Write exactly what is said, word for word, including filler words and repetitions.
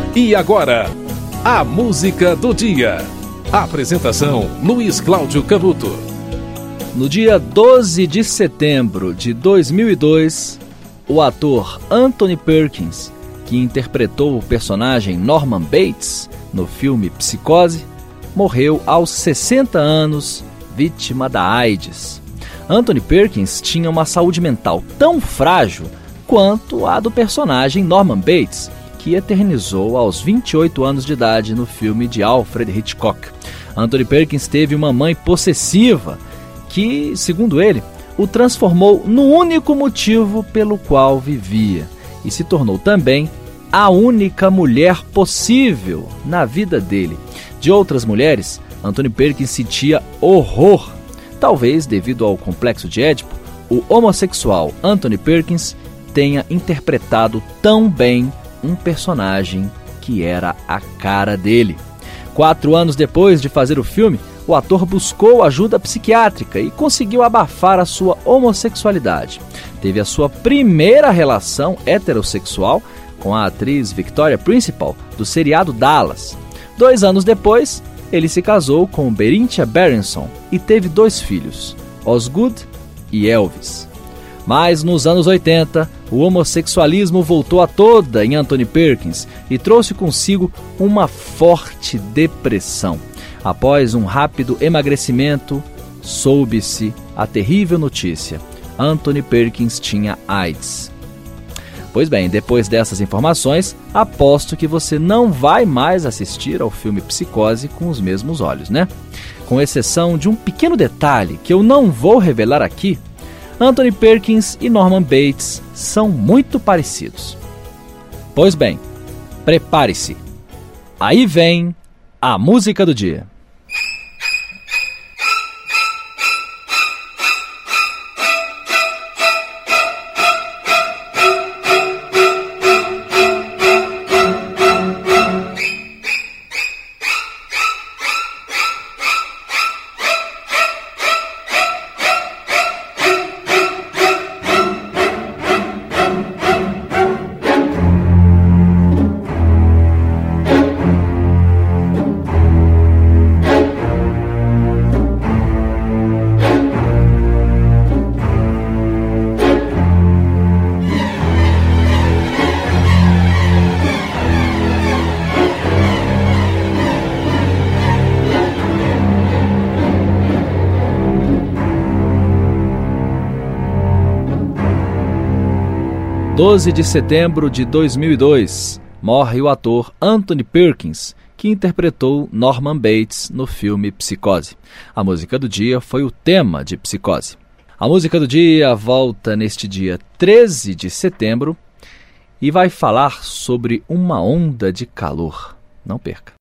E agora, a música do dia. Apresentação: Luiz Cláudio Canuto. No dia doze de setembro de dois mil e dois, o ator Anthony Perkins, que interpretou o personagem Norman Bates no filme Psicose, morreu aos sessenta anos, vítima da AIDS. Anthony Perkins tinha uma saúde mental tão frágil quanto a do personagem Norman Bates, que eternizou aos vinte e oito anos de idade no filme de Alfred Hitchcock. Anthony Perkins teve uma mãe possessiva que, segundo ele, o transformou no único motivo pelo qual vivia e se tornou também a única mulher possível na vida dele. De outras mulheres, Anthony Perkins sentia horror. Talvez, devido ao complexo de Édipo, o homossexual Anthony Perkins tenha interpretado tão bem um personagem que era a cara dele. Quatro anos depois de fazer o filme, o ator buscou ajuda psiquiátrica e conseguiu abafar a sua homossexualidade. Teve a sua primeira relação heterossexual com a atriz Victoria Principal, do seriado Dallas. Dois anos depois, ele se casou com Berinthia Berenson e teve dois filhos, Osgood e Elvis. Mas nos anos oitenta, o homossexualismo voltou a toda em Anthony Perkins e trouxe consigo uma forte depressão. Após um rápido emagrecimento, soube-se a terrível notícia: Anthony Perkins tinha AIDS. Pois bem, depois dessas informações, aposto que você não vai mais assistir ao filme Psicose com os mesmos olhos, né? Com exceção de um pequeno detalhe que eu não vou revelar aqui, Anthony Perkins e Norman Bates são muito parecidos. Pois bem, prepare-se. Aí vem a música do dia. doze de setembro de dois mil e dois, morre o ator Anthony Perkins, que interpretou Norman Bates no filme Psicose. A música do dia foi o tema de Psicose. A música do dia volta neste dia treze de setembro e vai falar sobre uma onda de calor. Não perca!